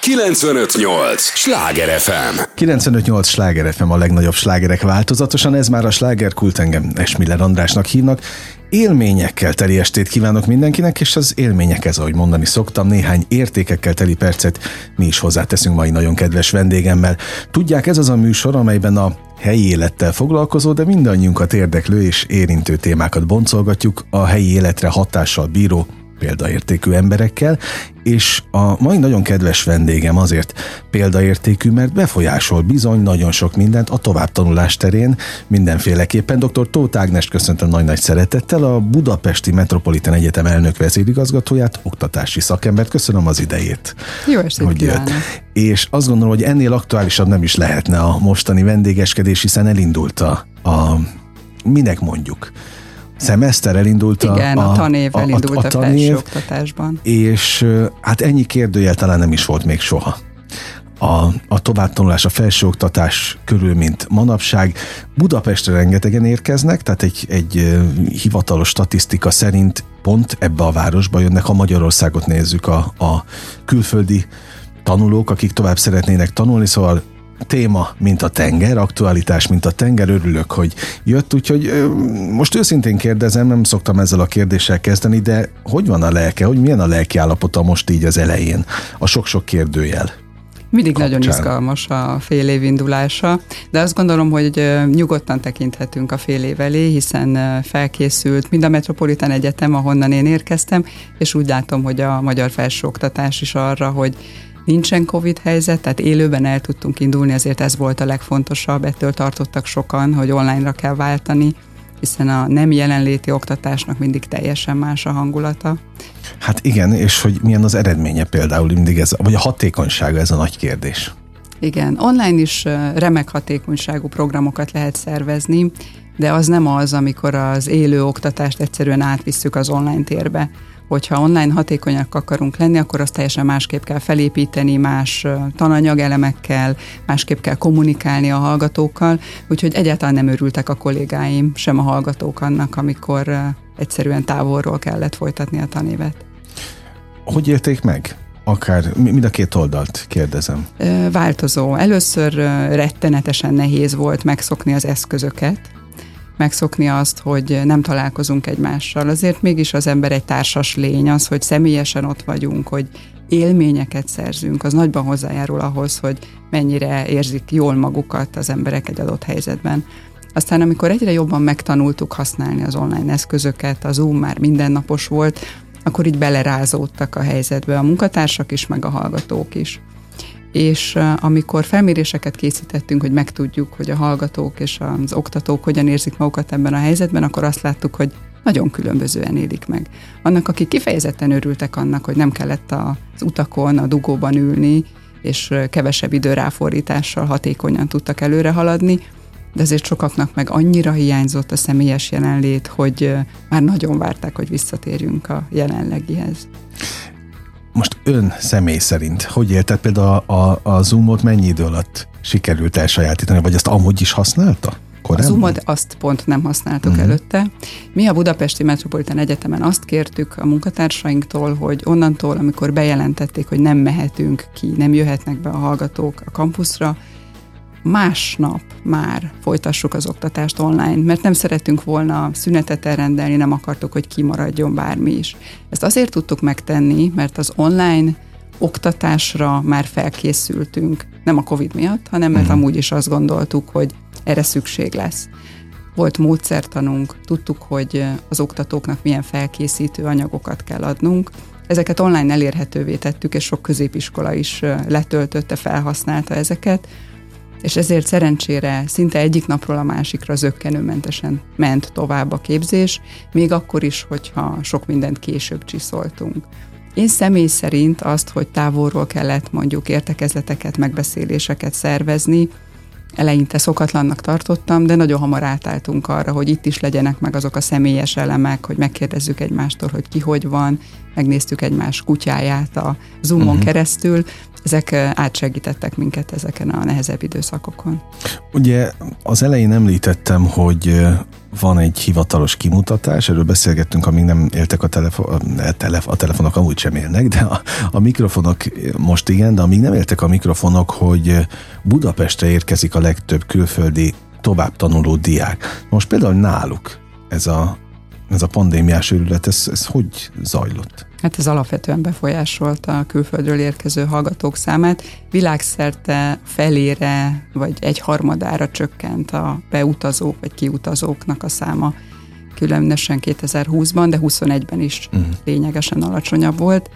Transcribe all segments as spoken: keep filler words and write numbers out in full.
kilencvenöt nyolc Sláger ef em. kilencvenöt nyolc Sláger ef em, a legnagyobb slágerek változatosan, ez már a slágerkult, engem Esmiller Andrásnak hívnak. Élményekkel teli estét kívánok mindenkinek, és az élményekhez, ahogy mondani szoktam, néhány értékekkel teli percet mi is hozzáteszünk mai nagyon kedves vendégemmel. Tudják, ez az a műsor, amelyben a helyi élettel foglalkozó, de mindannyiunkat érdeklő és érintő témákat boncolgatjuk a helyi életre hatással bíró, példaértékű emberekkel, és a mai nagyon kedves vendégem azért példaértékű, mert befolyásol bizony nagyon sok mindent a továbbtanulás terén mindenféleképpen. doktor Tóth Ágnest köszöntöm nagy-nagy szeretettel, a Budapesti Metropolitán Egyetem elnök vezérigazgatóját, oktatási szakembert. Köszönöm az idejét. Jó estét kívánok! És azt gondolom, hogy ennél aktuálisabb nem is lehetne a mostani vendégeskedés, hiszen elindult a, a minek mondjuk, szemeszter elindult. Igen, a, a tanév a, elindult a, a, a tanév, felsőoktatásban. És hát ennyi kérdőjel talán nem is volt még soha. A, a továbbtanulás, a felsőoktatás körül, mint manapság. Budapestre rengetegen érkeznek, tehát egy, egy hivatalos statisztika szerint pont ebbe a városba jönnek, ha Magyarországot nézzük, a, a külföldi tanulók, akik tovább szeretnének tanulni, szóval téma, mint a tenger, aktualitás, mint a tenger, örülök, hogy jött, úgyhogy most őszintén kérdezem, nem szoktam ezzel a kérdéssel kezdeni, de hogy van a lelke, hogy milyen a lelki állapota most így az elején, a sok-sok kérdőjel? Mindig kapcsán. Nagyon izgalmas a fél év indulása, de azt gondolom, hogy nyugodtan tekinthetünk a fél év elé, hiszen felkészült mind a Metropolitán Egyetem, ahonnan én érkeztem, és úgy látom, hogy a magyar felsőoktatás is arra, hogy nincsen Covid helyzet, tehát élőben el tudtunk indulni, azért ez volt a legfontosabb, ettől tartottak sokan, hogy online-ra kell váltani, hiszen a nem jelenléti oktatásnak mindig teljesen más a hangulata. Hát igen, és hogy milyen az eredménye például mindig ez, vagy a hatékonysága, ez a nagy kérdés. Igen, online is remek hatékonyságú programokat lehet szervezni, de az nem az, amikor az élő oktatást egyszerűen átvisszük az online térbe. Hogyha online hatékonyak akarunk lenni, akkor azt teljesen másképp kell felépíteni, más tananyagelemekkel, másképp kell kommunikálni a hallgatókkal, úgyhogy egyáltalán nem örültek a kollégáim, sem a hallgatók annak, amikor egyszerűen távolról kellett folytatni a tanévet. Hogy élték meg? Akár mind a két oldalt kérdezem. Változó. Először rettenetesen nehéz volt megszokni az eszközöket, megszokni azt, hogy nem találkozunk egymással. Azért mégis az ember egy társas lény, az, hogy személyesen ott vagyunk, hogy élményeket szerzünk, az nagyban hozzájárul ahhoz, hogy mennyire érzik jól magukat az emberek egy adott helyzetben. Aztán amikor egyre jobban megtanultuk használni az online eszközöket, a Zoom már mindennapos volt, akkor így belerázódtak a helyzetbe a munkatársak is, meg a hallgatók is. És amikor felméréseket készítettünk, hogy megtudjuk, hogy a hallgatók és az oktatók hogyan érzik magukat ebben a helyzetben, akkor azt láttuk, hogy nagyon különbözően élik meg. Annak, akik kifejezetten örültek annak, hogy nem kellett az utakon, a dugóban ülni, és kevesebb időráfordítással hatékonyan tudtak előre haladni, de azért sokaknak meg annyira hiányzott a személyes jelenlét, hogy már nagyon várták, hogy visszatérjünk a jelenlegihez. Most ön személy szerint hogy élte például a, a, a Zoomot mennyi idő alatt sikerült elsajátítani, vagy azt amúgy is használta? Korábban? A Zoomot azt pont nem használtuk uh-huh. előtte. Mi a Budapesti Metropolitán Egyetemen azt kértük a munkatársainktól, hogy onnantól, amikor bejelentették, hogy nem mehetünk ki, nem jöhetnek be a hallgatók a kampuszra, másnap már folytassuk az oktatást online, mert nem szerettünk volna szünetet elrendelni, nem akartuk, hogy kimaradjon bármi is. Ezt azért tudtuk megtenni, mert az online oktatásra már felkészültünk, nem a Covid miatt, hanem mert amúgy is azt gondoltuk, hogy erre szükség lesz. Volt módszertanunk, tudtuk, hogy az oktatóknak milyen felkészítő anyagokat kell adnunk. Ezeket online elérhetővé tettük, és sok középiskola is letöltötte, felhasználta ezeket, és ezért szerencsére szinte egyik napról a másikra zökkenőmentesen ment tovább a képzés, még akkor is, hogyha sok mindent később csiszoltunk. Én személy szerint azt, hogy távolról kellett mondjuk értekezleteket, megbeszéléseket szervezni, eleinte szokatlannak tartottam, de nagyon hamar átálltunk arra, hogy itt is legyenek meg azok a személyes elemek, hogy megkérdezzük egymástól, hogy ki hogy van, megnéztük egymás kutyáját a Zoomon uh-huh. keresztül, ezek átsegítettek minket ezeken a nehezebb időszakokon. Ugye az elején említettem, hogy van egy hivatalos kimutatás, erről beszélgettünk, amíg nem éltek a, telefon, a, telef, a telefonok, amúgy sem élnek, de a, a mikrofonok most igen, de amíg nem éltek a mikrofonok, hogy Budapestre érkezik a legtöbb külföldi továbbtanuló diák. Most például náluk ez a, ez a pandémiás őrület, ez, ez hogy zajlott? Hát ez alapvetően befolyásolta a külföldről érkező hallgatók számát. Világszerte felére vagy egy harmadára csökkent a beutazók vagy kiutazóknak a száma, különösen kétezer-húszban, de huszonegyben is uh-huh. lényegesen alacsonyabb volt.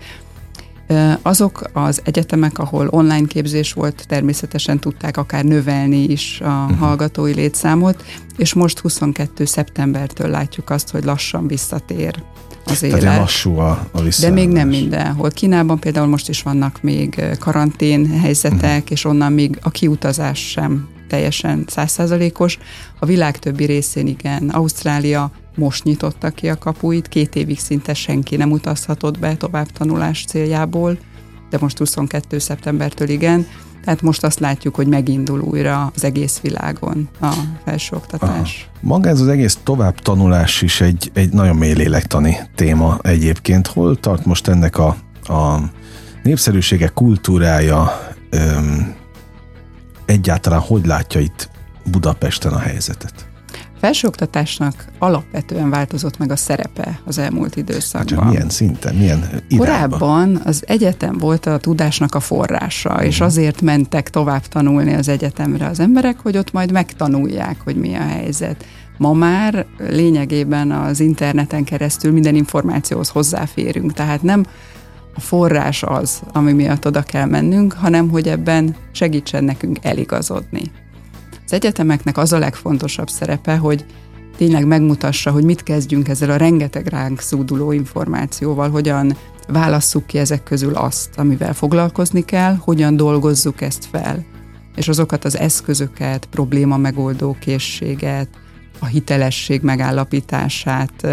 Azok az egyetemek, ahol online képzés volt, természetesen tudták akár növelni is a uh-huh. hallgatói létszámot, és most huszonkettő szeptembertől látjuk azt, hogy lassan visszatér az élet. Tehát lassú a, a visszaállás. De még nem mindenhol. Kínában például most is vannak még karantén helyzetek, uh-huh. és onnan még a kiutazás sem teljesen száz százalékos. A világ többi részén igen. Ausztrália most nyitotta ki a kapuit, két évig szinte senki nem utazhatott be továbbtanulás céljából, de most huszonkettő szeptembertől igen. Tehát most azt látjuk, hogy megindul újra az egész világon a felsőoktatás. Aha. Maga ez az egész továbbtanulás is egy, egy nagyon mély lélektani téma egyébként. Hol tart most ennek a, a népszerűsége, kultúrája, öm, egyáltalán hogy látja itt Budapesten a helyzetet? Felsőoktatásnak alapvetően változott meg a szerepe az elmúlt időszakban. Hát milyen szinten, milyen irányba? Korábban az egyetem volt a tudásnak a forrása, uh-huh. és azért mentek tovább tanulni az egyetemre az emberek, hogy ott majd megtanulják, hogy mi a helyzet. Ma már lényegében az interneten keresztül minden információhoz hozzáférünk, tehát nem a forrás az, ami miatt oda kell mennünk, hanem hogy ebben segítsen nekünk eligazodni. Az egyetemeknek az a legfontosabb szerepe, hogy tényleg megmutassa, hogy mit kezdjünk ezzel a rengeteg ránk szúduló információval, hogyan válasszuk ki ezek közül azt, amivel foglalkozni kell, hogyan dolgozzuk ezt fel, és azokat az eszközöket, probléma megoldó készséget, a hitelesség megállapítását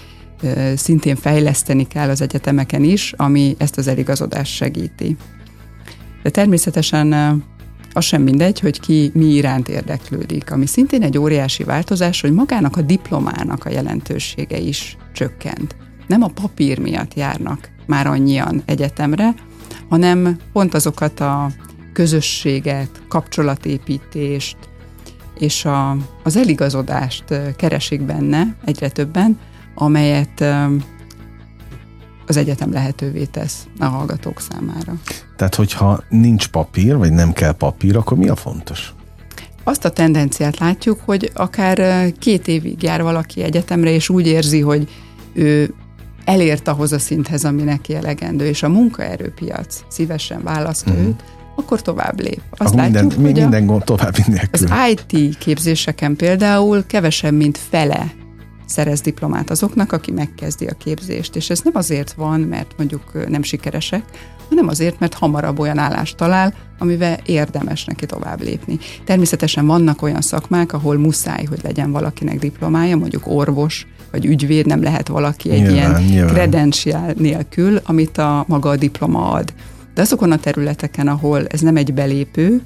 szintén fejleszteni kell az egyetemeken is, ami ezt az eligazodást segíti. De természetesen az sem mindegy, hogy ki mi iránt érdeklődik, ami szintén egy óriási változás, hogy magának a diplomának a jelentősége is csökkent. Nem a papír miatt járnak már annyian egyetemre, hanem pont azokat a közösséget, kapcsolatépítést és a, az eligazodást keresik benne egyre többen, amelyet az egyetem lehetővé tesz a hallgatók számára. Tehát, hogyha nincs papír, vagy nem kell papír, akkor mi a fontos? Azt a tendenciát látjuk, hogy akár két évig jár valaki egyetemre, és úgy érzi, hogy ő elért ahhoz a szinthez, ami neki elegendő, és a munkaerőpiac szívesen választ uh-huh. őt, akkor tovább lép. Azt akkor látjuk, minden, hogy minden gond további nélkül. Az i té képzéseken például kevesebb, mint fele szerez diplomát azoknak, aki megkezdi a képzést. És ez nem azért van, mert mondjuk nem sikeresek, hanem azért, mert hamarabb olyan állást talál, amivel érdemes neki tovább lépni. Természetesen vannak olyan szakmák, ahol muszáj, hogy legyen valakinek diplomája, mondjuk orvos vagy ügyvéd, nem lehet valaki egy nyilván, ilyen kredenciál nélkül, amit a maga a diploma ad. De azokon a területeken, ahol ez nem egy belépő,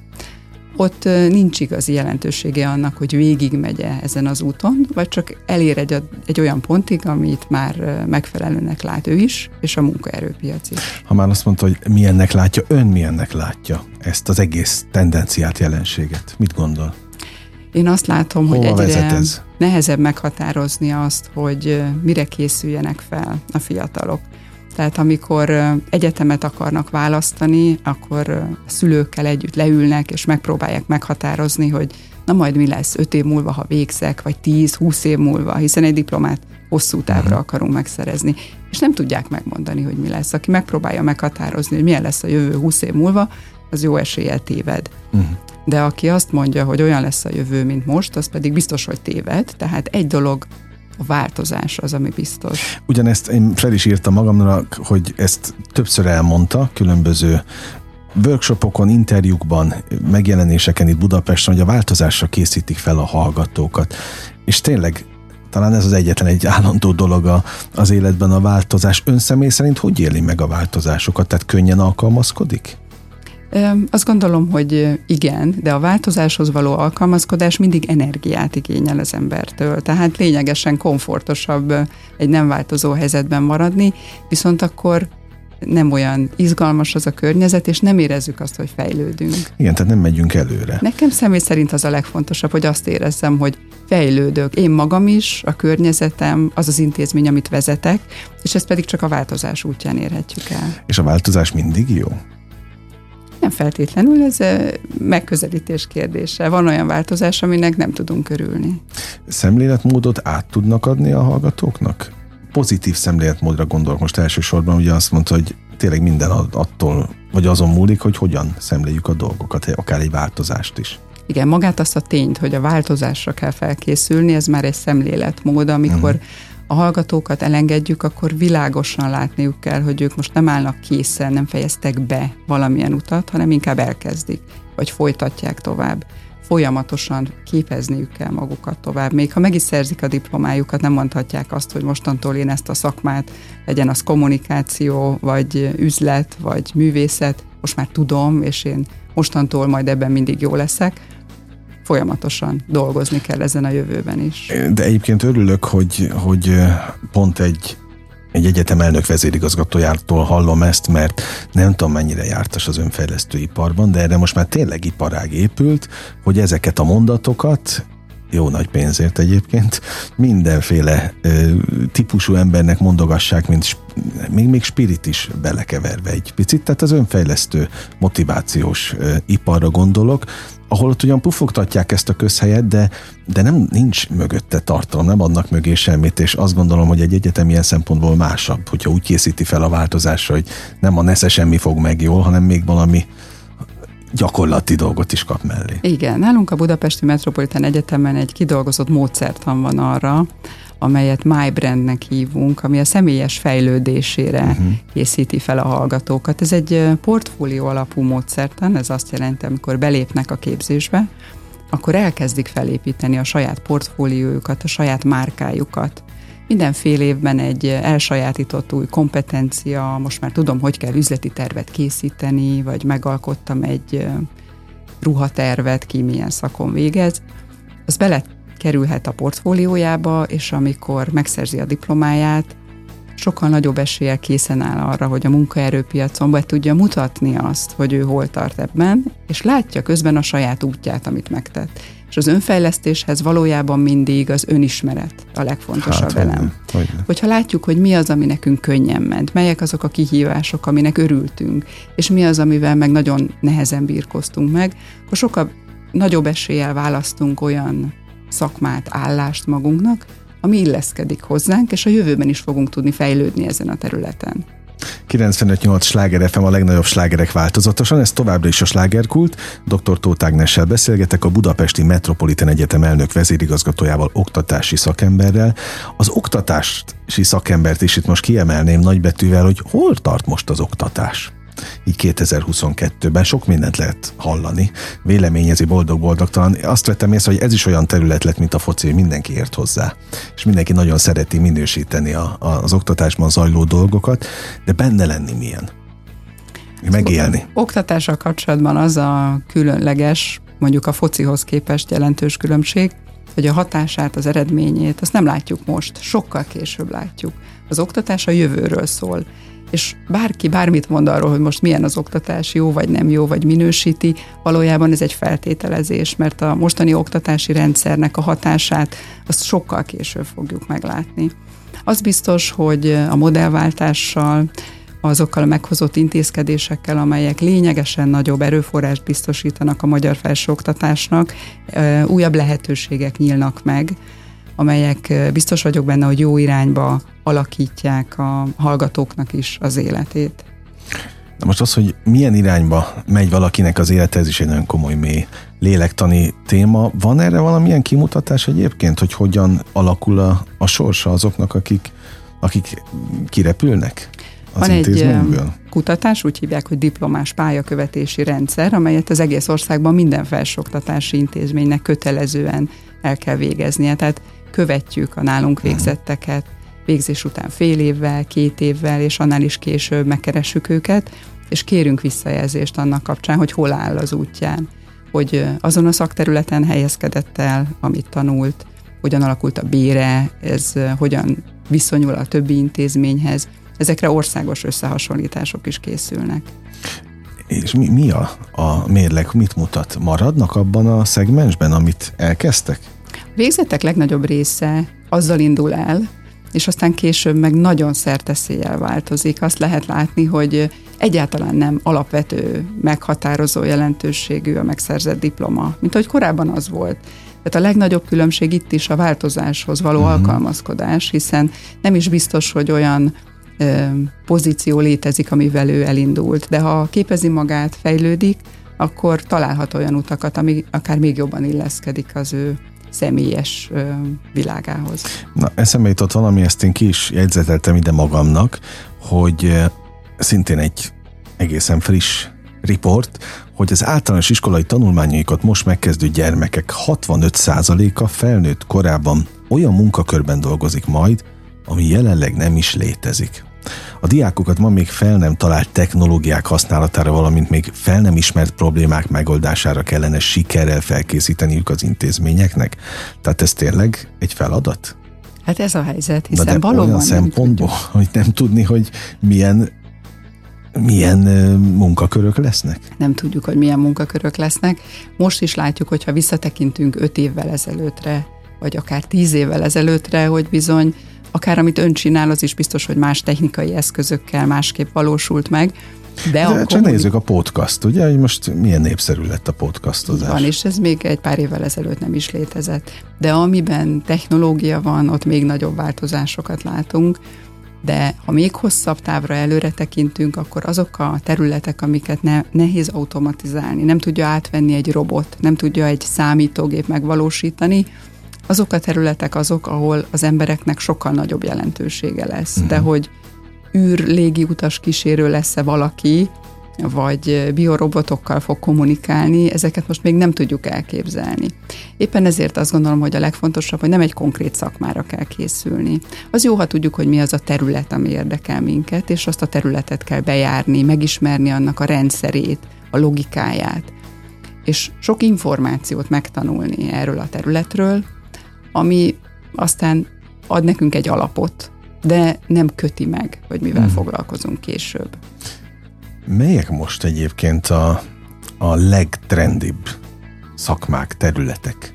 ott nincs igazi jelentősége annak, hogy végigmegye ezen az úton, vagy csak elér egy, egy olyan pontig, amit már megfelelőnek lát ő is, és a munkaerőpiac is. Ha már azt mondta, hogy milyennek látja, ön milyennek látja ezt az egész tendenciát, jelenséget? Mit gondol? Én azt látom, Hova hogy egyre ez? nehezebb meghatározni azt, hogy mire készüljenek fel a fiatalok. Tehát amikor egyetemet akarnak választani, akkor a szülőkkel együtt leülnek, és megpróbálják meghatározni, hogy na majd mi lesz öt év múlva, ha végzek, vagy tíz-húsz év múlva, hiszen egy diplomát hosszú távra akarunk megszerezni. És nem tudják megmondani, hogy mi lesz. Aki megpróbálja meghatározni, hogy milyen lesz a jövő húsz év múlva, az jó eséllyel téved. Uh-huh. De aki azt mondja, hogy olyan lesz a jövő, mint most, az pedig biztos, hogy téved. Tehát egy dolog, a változás az, ami biztos. Ugyanezt én fel is írtam magamnak, hogy ezt többször elmondta különböző workshopokon, interjúkban, megjelenéseken itt Budapesten, hogy a változásra készítik fel a hallgatókat. És tényleg talán ez az egyetlen egy állandó dolog a, az életben a változás. Ön személy szerint hogy éli meg a változásokat? Tehát könnyen alkalmazkodik? Azt gondolom, hogy igen, de a változáshoz való alkalmazkodás mindig energiát igényel az embertől. Tehát lényegesen komfortosabb egy nem változó helyzetben maradni, viszont akkor nem olyan izgalmas az a környezet, és nem érezzük azt, hogy fejlődünk. Igen, tehát nem megyünk előre. Nekem személy szerint az a legfontosabb, hogy azt érezzem, hogy fejlődök. Én magam is, a környezetem, az az intézmény, amit vezetek, és ezt pedig csak a változás útján érhetjük el. És a változás mindig jó? Nem feltétlenül, ez megközelítés kérdése. Van olyan változás, aminek nem tudunk örülni. Szemléletmódot át tudnak adni a hallgatóknak? Pozitív szemléletmódra gondolok most elsősorban, ugye azt mondta, hogy tényleg minden attól, vagy azon múlik, hogy hogyan szemléljük a dolgokat, akár egy változást is. Igen, magát azt a tényt, hogy a változásra kell felkészülni, ez már egy szemléletmód, amikor uh-huh. a hallgatókat elengedjük, akkor világosan látniuk kell, hogy ők most nem állnak készen, nem fejeztek be valamilyen utat, hanem inkább elkezdik, vagy folytatják tovább. Folyamatosan képezniük kell magukat tovább. Még ha meg is szerzik a diplomájukat, nem mondhatják azt, hogy mostantól én ezt a szakmát, legyen az kommunikáció, vagy üzlet, vagy művészet, most már tudom, és én mostantól majd ebben mindig jó leszek. Folyamatosan dolgozni kell ezen a jövőben is. De egyébként örülök, hogy, hogy pont egy Egy egyetem elnök vezérigazgatójától hallom ezt, mert nem tudom mennyire jártas az önfejlesztő iparban, de erre most már tényleg iparág épült, hogy ezeket a mondatokat, jó nagy pénzért egyébként, mindenféle ö, típusú embernek mondogassák, mint még, még spirit is belekeverve egy picit, tehát az önfejlesztő motivációs ö, iparra gondolok, ahol ott ugyan pufogtatják ezt a közhelyet, de, de nem nincs mögötte tartalom, nem adnak mögé semmit, és azt gondolom, hogy egy egyetem ilyen szempontból másabb, hogyha úgy készíti fel a változásra, hogy nem a nesze semmi fog meg jól, hanem még valami gyakorlati dolgot is kap mellé. Igen, nálunk a Budapesti Metropolitán Egyetemen egy kidolgozott módszertan van arra, amelyet MyBrandnek hívunk, ami a személyes fejlődésére uh-huh. készíti fel a hallgatókat. Ez egy portfólió alapú módszertan, ez azt jelenti, amikor belépnek a képzésbe, akkor elkezdik felépíteni a saját portfóliójukat, a saját márkájukat. Minden fél évben egy elsajátított új kompetencia, most már tudom, hogy kell üzleti tervet készíteni, vagy megalkottam egy ruhatervet, ki milyen szakon végez. Az bele kerülhet a portfóliójába, és amikor megszerzi a diplomáját, sokkal nagyobb eséllyel készen áll arra, hogy a munkaerőpiacon be tudja mutatni azt, hogy ő hol tart ebben, és látja közben a saját útját, amit megtett. És az önfejlesztéshez valójában mindig az önismeret a legfontosabb hát, elem. Hogyne, hogyne. Hogyha látjuk, hogy mi az, ami nekünk könnyen ment, melyek azok a kihívások, aminek örültünk, és mi az, amivel meg nagyon nehezen birkoztunk meg, akkor sokkal nagyobb eséllyel választunk olyan szakmát, állást magunknak, ami illeszkedik hozzánk, és a jövőben is fogunk tudni fejlődni ezen a területen. kilencvenöt nyolc Sláger ef em, a legnagyobb slágerek változatosan, ez továbbra is a slágerkult. doktor Tóth Ágnessel beszélgetek, a Budapesti Metropolitán Egyetem elnök vezérigazgatójával, oktatási szakemberrel. Az oktatási szakembert is itt most kiemelném nagybetűvel, hogy hol tart most az oktatás? Így kétezer-huszonkettőben sok mindent lehet hallani, véleményezi boldog-boldogtalan. Azt vettem észre, hogy ez is olyan terület lett, mint a foci, hogy mindenki ért hozzá, és mindenki nagyon szereti minősíteni a, a, az oktatásban zajló dolgokat, de benne lenni milyen? Megélni. Oktatással kapcsolatban az a különleges, mondjuk a focihoz képest jelentős különbség, hogy a hatását, az eredményét, azt nem látjuk most, sokkal később látjuk. Az oktatás a jövőről szól, és bárki bármit mond arról, hogy most milyen az oktatás, jó vagy nem jó, vagy minősíti, valójában ez egy feltételezés, mert a mostani oktatási rendszernek a hatását azt sokkal később fogjuk meglátni. Az biztos, hogy a modellváltással, azokkal a meghozott intézkedésekkel, amelyek lényegesen nagyobb erőforrást biztosítanak a magyar felsőoktatásnak, újabb lehetőségek nyílnak meg, amelyek biztos vagyok benne, hogy jó irányba alakítják a hallgatóknak is az életét. Na most az, hogy milyen irányba megy valakinek az élete, ez is egy nagyon komoly, mély lélektani téma. Van erre valamilyen kimutatás egyébként, hogy hogyan alakul a, a sorsa azoknak, akik, akik kirepülnek az Van intézményből? Egy kutatás, úgy hívják, hogy diplomás pályakövetési rendszer, amelyet az egész országban minden felsőoktatási intézménynek kötelezően el kell végeznie. Tehát követjük a nálunk végzetteket, végzés után fél évvel, két évvel, és annál is később megkeressük őket, és kérünk visszajelzést annak kapcsán, hogy hol áll az útján, hogy azon a szakterületen helyezkedett el, amit tanult, hogyan alakult a bére, ez hogyan viszonyul a többi intézményhez. Ezekre országos összehasonlítások is készülnek. És mi, mi a, a mérleg, mit mutat? Maradnak abban a szegmensben, amit elkezdtek? A végzettek legnagyobb része azzal indul el, és aztán később meg nagyon szerteszéllyel változik. Azt lehet látni, hogy egyáltalán nem alapvető, meghatározó jelentőségű a megszerzett diploma, mint ahogy korábban az volt. Tehát a legnagyobb különbség itt is a változáshoz való uh-huh. alkalmazkodás, hiszen nem is biztos, hogy olyan ö, pozíció létezik, amivel ő elindult, de ha képezi magát, fejlődik, akkor találhat olyan utakat, ami akár még jobban illeszkedik az ő személyes ö, világához. Na, eszembe jutott valami, ezt én ki is jegyzeteltem ide magamnak, hogy szintén egy egészen friss riport, hogy az általános iskolai tanulmányaikat most megkezdő gyermekek hatvanöt százaléka felnőtt korában olyan munkakörben dolgozik majd, ami jelenleg nem is létezik. A diákokat ma még fel nem talált technológiák használatára, valamint még fel nem ismert problémák megoldására kellene sikerrel felkészíteniük az intézményeknek. Tehát ez tényleg egy feladat? Hát ez a helyzet, hiszen de valóban olyan nem szempontból, tudjuk. hogy nem tudni, hogy milyen milyen munkakörök lesznek? Nem tudjuk, hogy milyen munkakörök lesznek. Most is látjuk, hogyha visszatekintünk öt évvel ezelőttre, vagy akár tíz évvel ezelőttre, hogy bizony, akár amit ön csinál, az is biztos, hogy más technikai eszközökkel másképp valósult meg. De, de a csak kommunik- nézzük a podcast, ugye, hogy most milyen népszerű lett a podcastozás. Van, és ez még egy pár évvel ezelőtt nem is létezett. De amiben technológia van, ott még nagyobb változásokat látunk, de ha még hosszabb távra előre tekintünk, akkor azok a területek, amiket ne, nehéz automatizálni, nem tudja átvenni egy robot, nem tudja egy számítógép megvalósítani, azok a területek azok, ahol az embereknek sokkal nagyobb jelentősége lesz. Uh-huh. De hogy űr légiutas kísérő lesz-e valaki, vagy biorobotokkal fog kommunikálni, ezeket most még nem tudjuk elképzelni. Éppen ezért azt gondolom, hogy a legfontosabb, hogy nem egy konkrét szakmára kell készülni. Az jó, ha tudjuk, hogy mi az a terület, ami érdekel minket, és azt a területet kell bejárni, megismerni annak a rendszerét, a logikáját, és sok információt megtanulni erről a területről, ami aztán ad nekünk egy alapot, de nem köti meg, hogy mivel hmm. foglalkozunk később. Melyek most egyébként a, a legtrendibb szakmák, területek?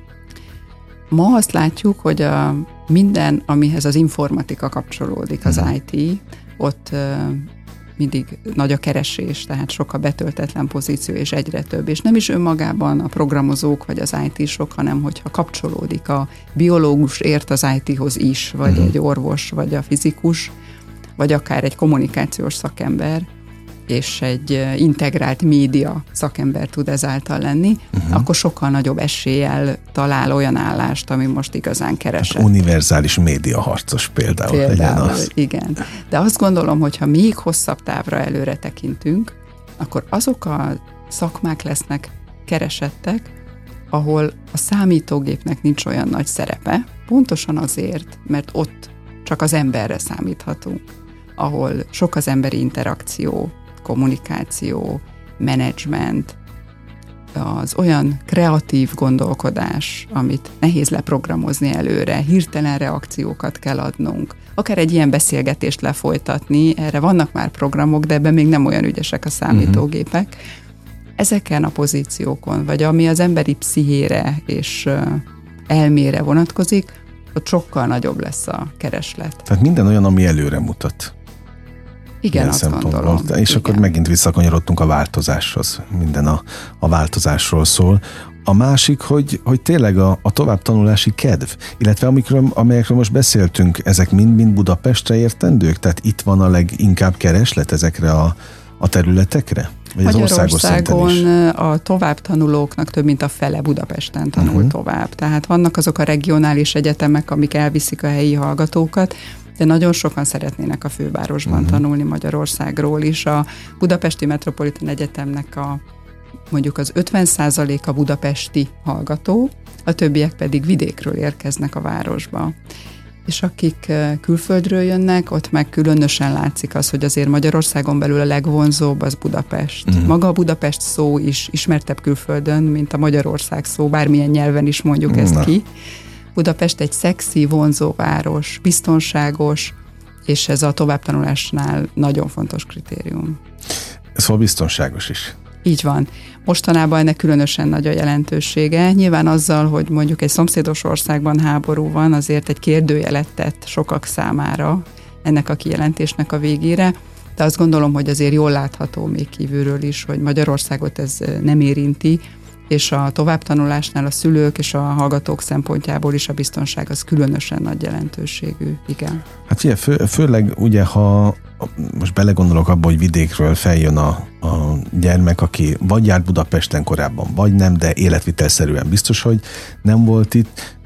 Ma azt látjuk, hogy a minden, amihez az informatika kapcsolódik, az uh-huh. i té, ott uh, mindig nagy a keresés, tehát sok a betöltetlen pozíció, és egyre több. És nem is önmagában a programozók vagy az i té-sok, hanem hogyha kapcsolódik a biológus ért az i té-hoz is, vagy uh-huh. egy orvos, vagy a fizikus, vagy akár egy kommunikációs szakember, és egy integrált média szakember tud ezáltal lenni, uh-huh. akkor sokkal nagyobb eséllyel talál olyan állást, ami most igazán keresett. Hát univerzális médiaharcos például. Például, az. igen. De azt gondolom, hogy ha még hosszabb távra előre tekintünk, akkor azok a szakmák lesznek keresettek, ahol a számítógépnek nincs olyan nagy szerepe, pontosan azért, mert ott csak az emberre számíthatunk, ahol sok az emberi interakció, kommunikáció, menedzsment, az olyan kreatív gondolkodás, amit nehéz leprogramozni előre, hirtelen reakciókat kell adnunk. Akár egy ilyen beszélgetést lefolytatni, erre vannak már programok, de ebben még nem olyan ügyesek a számítógépek. Uh-huh. Ezeken a pozíciókon, vagy ami az emberi pszichére és elmére vonatkozik, ott sokkal nagyobb lesz a kereslet. Tehát minden olyan, ami előre mutat. Igen, azt gondolom. És igen. akkor megint visszakanyarodtunk a változáshoz. Minden a, a változásról szól. A másik, hogy, hogy tényleg a, a továbbtanulási kedv, illetve amikről, amelyekről most beszéltünk, ezek mind-mind Budapestre értendők? Tehát itt van a leginkább kereslet ezekre a, a területekre? Vagy Magyarországon a továbbtanulóknak több mint a fele Budapesten tanul uh-huh. tovább. Tehát vannak azok a regionális egyetemek, amik elviszik a helyi hallgatókat, de nagyon sokan szeretnének a fővárosban uh-huh. tanulni Magyarországról is. A Budapesti Metropolitan Egyetemnek a mondjuk az ötven százaléka budapesti hallgató, a többiek pedig vidékről érkeznek a városba. és akik külföldről jönnek, ott meg különösen látszik az, hogy azért Magyarországon belül a legvonzóbb az Budapest. Uh-huh. Maga a Budapest szó is ismertebb külföldön, mint a Magyarország szó, bármilyen nyelven is mondjuk uh-huh. ezt ki. Budapest egy szexi, vonzó város, biztonságos, és ez a továbbtanulásnál nagyon fontos kritérium. Szóval biztonságos is. Így van. Mostanában ennek különösen nagy a jelentősége. Nyilván azzal, hogy mondjuk egy szomszédos országban háború van, azért egy kérdőjelet tett sokak számára ennek a kijelentésnek a végére, de azt gondolom, hogy azért jól látható még kívülről is, hogy Magyarországot ez nem érinti, és a továbbtanulásnál a szülők és a hallgatók szempontjából is a biztonság az különösen nagy jelentőségű. Igen. Hát figyelj, fő, főleg ugye, ha most belegondolok abba, hogy vidékről feljön a, a gyermek, aki vagy járt Budapesten korábban, vagy nem, de életvitelszerűen biztos, hogy nem volt itt,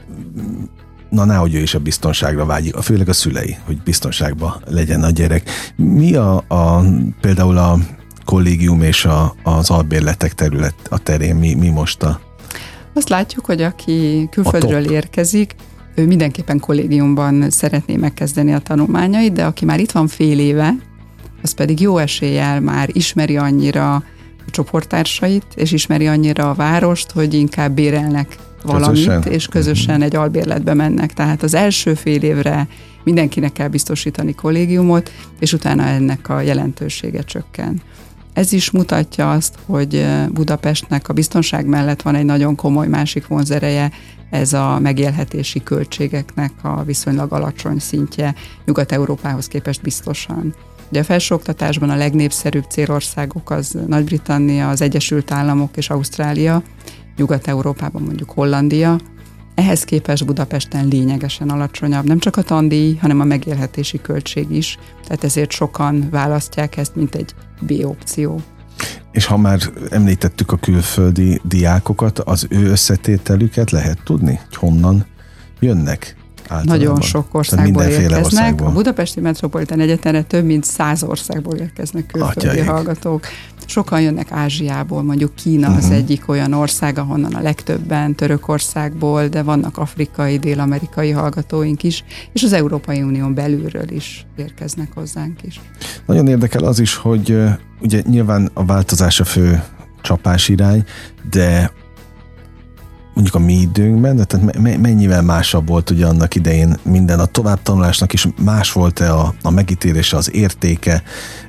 na nehogy ő is a biztonságra vágyik, főleg a szülei, hogy biztonságban legyen a gyerek. Mi a, a például a kollégium és a, az albérletek terület a terén, mi, mi most a... Azt látjuk, hogy aki külföldről érkezik, ő mindenképpen kollégiumban szeretné megkezdeni a tanulmányait, de aki már itt van fél éve, az pedig jó eséllyel már ismeri annyira a csoporttársait, és ismeri annyira a várost, hogy inkább bérelnek valamit, közösen? és közösen egy albérletbe mennek. Tehát az első fél évre mindenkinek kell biztosítani kollégiumot, és utána ennek a jelentősége csökken. Ez is mutatja azt, hogy Budapestnek a biztonság mellett van egy nagyon komoly másik vonzereje, ez a megélhetési költségeknek a viszonylag alacsony szintje Nyugat-Európához képest biztosan. Ugye a felsőoktatásban a legnépszerűbb célországok az Nagy-Britannia, az Egyesült Államok és Ausztrália, Nyugat-Európában mondjuk Hollandia. Ehhez képest Budapesten lényegesen alacsonyabb, nem csak a tandíj, hanem a megélhetési költség is, tehát ezért sokan választják ezt, mint egy B-opció. És ha már említettük a külföldi diákokat, az ő összetételüket lehet tudni, hogy honnan jönnek? Általában. Nagyon sok országból érkeznek. Országból. A Budapesti Metropolitán Egyetemre több mint száz országból érkeznek külföldi Atyaik. hallgatók. Sokan jönnek Ázsiából, mondjuk Kína uh-huh. az egyik olyan ország, ahonnan a legtöbben, Törökországból, de vannak afrikai, dél-amerikai hallgatóink is, és az Európai Unión belülről is érkeznek hozzánk is. Nagyon érdekel az is, hogy ugye nyilván a változás a fő csapásirány, de mondjuk a mi időnkben, tehát mennyivel másabb volt ugye annak idején minden, a továbbtanulásnak is más volt-e a, a megítélése, az értéke,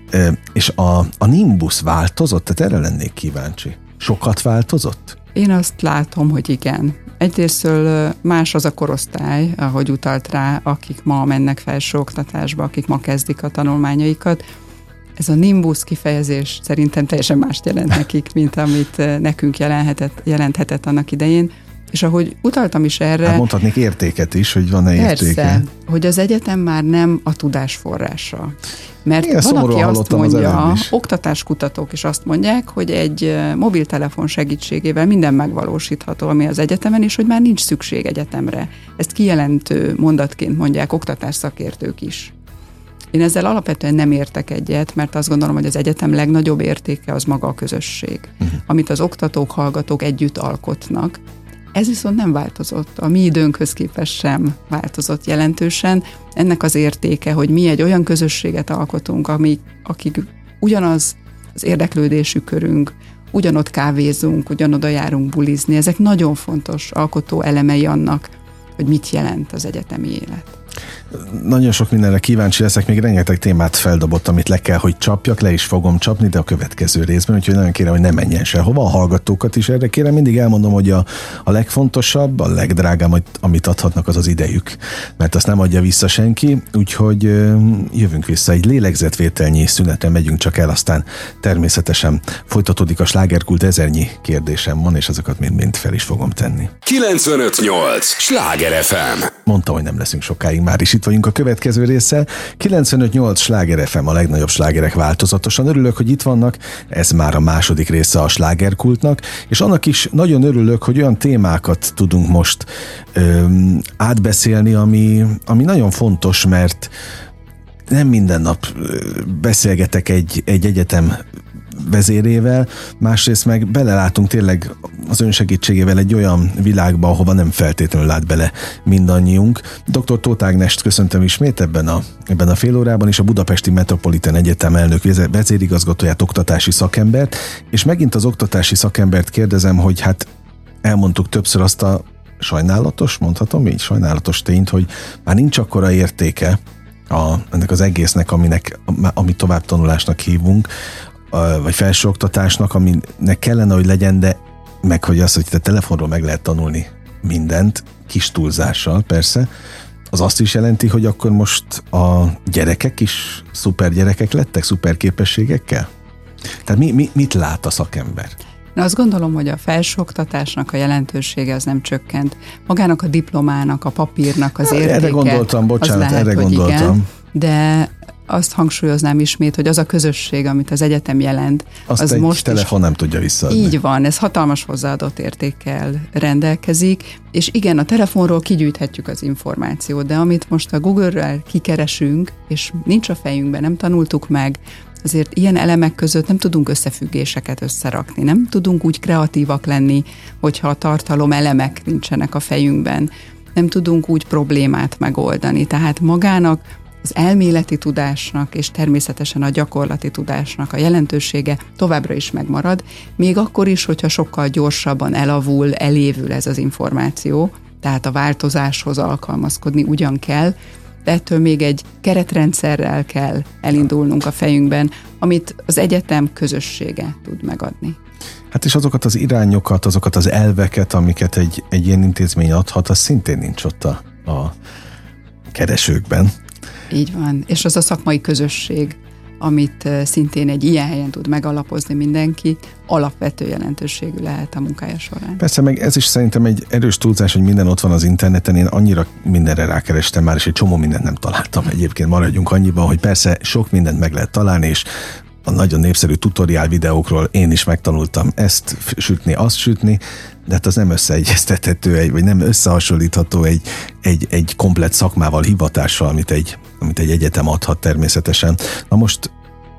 és a, a Nimbus változott? Tehát erre lennék kíváncsi. Sokat változott? Én azt látom, hogy igen. Egyrésztől más az a korosztály, ahogy utalt rá, akik ma mennek felsőoktatásba, akik ma kezdik a tanulmányaikat. Ez a Nimbus kifejezés szerintem teljesen mást jelent nekik, mint amit nekünk jelenthetett, jelenthetett annak idején. És ahogy utaltam is erre... Hát mondhatnék értéket is, hogy van-e persze, értéke. Persze, hogy az egyetem már nem a tudás forrása. Mert igen, van, aki azt mondja, oktatáskutatók is azt mondják, hogy egy mobiltelefon segítségével minden megvalósítható, ami az egyetemen, és hogy már nincs szükség egyetemre. Ezt kijelentő mondatként mondják oktatásszakértők is. Én ezzel alapvetően nem értek egyet, mert azt gondolom, hogy az egyetem legnagyobb értéke az maga a közösség, uh-huh. amit az oktatók, hallgatók együtt alkotnak. Ez viszont nem változott. A mi időnkhöz képest sem változott jelentősen. Ennek az értéke, hogy mi egy olyan közösséget alkotunk, amik, akik ugyanaz az érdeklődésű körünk, ugyanott kávézunk, ugyanoda járunk bulizni. Ezek nagyon fontos alkotó elemei annak, hogy mit jelent az egyetemi élet. Nagyon sok mindenre kíváncsi leszek, még rengeteg témát feldobott, amit le kell, hogy csapjak, le is fogom csapni, de a következő részben, úgyhogy nagyon kérem, hogy ne menjen sehova. A hallgatókat is erre kérem, mindig elmondom, hogy a, a legfontosabb, a legdrágább, amit adhatnak, az az idejük, mert azt nem adja vissza senki, úgyhogy jövünk vissza, egy lélegzetvételnyi szünetre megyünk csak el, aztán természetesen folytatódik a Slágerkult, ezernyi kérdésem van, és azokat mind-mind fel is fogom tenni. kilencvenöt nyolc Sláger ef em. Mondta, hogy nem leszünk sokáig, már is itt vagyunk a következő résszel. kilencvenöt nyolc Sláger ef em, a legnagyobb slágerek változatosan. Örülök, hogy itt vannak, ez már a második része a Slágerkultnak, és annak is nagyon örülök, hogy olyan témákat tudunk most öm, átbeszélni, ami, ami nagyon fontos, mert nem minden nap beszélgetek egy, egy egyetem vezérével, másrészt meg belelátunk tényleg az ön segítségével egy olyan világba, ahova nem feltétlenül lát bele mindannyiunk. doktor Tóth Ágnest köszöntöm ismét ebben a, ebben a fél órában, és a Budapesti Metropolitan Egyetem elnök vezérigazgatóját, oktatási szakembert, és megint az oktatási szakembert kérdezem, hogy hát elmondtuk többször azt a sajnálatos, mondhatom így, sajnálatos tényt, hogy már nincs akkora értéke a, ennek az egésznek, aminek, amit továbbtanulásnak hívunk, vagy felsőoktatásnak, aminek kellene, hogy legyen, de meg hogy az, hogy te telefonról meg lehet tanulni mindent, kis túlzással persze, az azt is jelenti, hogy akkor most a gyerekek is szuper gyerekek lettek, szuper képességekkel? Tehát mi, mi, mit lát a szakember? Én azt gondolom, hogy a felsőoktatásnak a jelentősége az nem csökkent. Magának a diplomának, a papírnak az értéke. Erre gondoltam, bocsánat, az lehet, erre gondoltam. Igen, de azt hangsúlyoznám ismét, hogy az a közösség, amit az egyetem jelent, azt az egy most telefon is, nem tudja visszaadni. Így van, ez hatalmas hozzáadott értékkel rendelkezik, és igen, a telefonról kigyűjthetjük az információt, de amit most a Google-rel kikeresünk, és nincs a fejünkben, nem tanultuk meg, azért ilyen elemek között nem tudunk összefüggéseket összerakni, nem tudunk úgy kreatívak lenni, hogyha a tartalom elemek nincsenek a fejünkben, nem tudunk úgy problémát megoldani, tehát magának az elméleti tudásnak és természetesen a gyakorlati tudásnak a jelentősége továbbra is megmarad, még akkor is, hogyha sokkal gyorsabban elavul, elévül ez az információ, tehát a változáshoz alkalmazkodni ugyan kell, de ettől még egy keretrendszerrel kell elindulnunk a fejünkben, amit az egyetem közössége tud megadni. Hát és azokat az irányokat, azokat az elveket, amiket egy, egy ilyen intézmény adhat, az szintén nincs ott a, a keresőkben. Így van, és az a szakmai közösség, amit szintén egy ilyen helyen tud megalapozni mindenki, alapvető jelentőségű lehet a munkája során. Persze, meg ez is szerintem egy erős túlzás, hogy minden ott van az interneten, én annyira mindenre rákerestem már, és egy csomó mindent nem találtam. Egyébként maradjunk annyiban, hogy persze sok mindent meg lehet találni, és a nagyon népszerű tutoriál videókról én is megtanultam ezt sütni, azt sütni, de hát az nem összeegyeztethető, egy, vagy nem összehasonlítható egy, egy, egy komplett szakmával, hivatással, amit egy, amit egy egyetem adhat természetesen. Na most